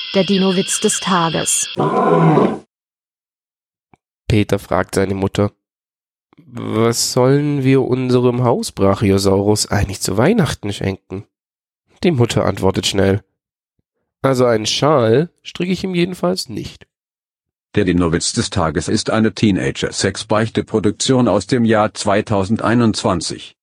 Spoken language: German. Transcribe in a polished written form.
Der Dino-Witz des Tages. Peter fragt seine Mutter: Was sollen wir unserem Hausbrachiosaurus eigentlich zu Weihnachten schenken? Die Mutter antwortet schnell: Also einen Schal stricke ich ihm jedenfalls nicht. Der Dino-Witz des Tages ist eine Teenager-Sex-Beichte-Produktion aus dem Jahr 2021.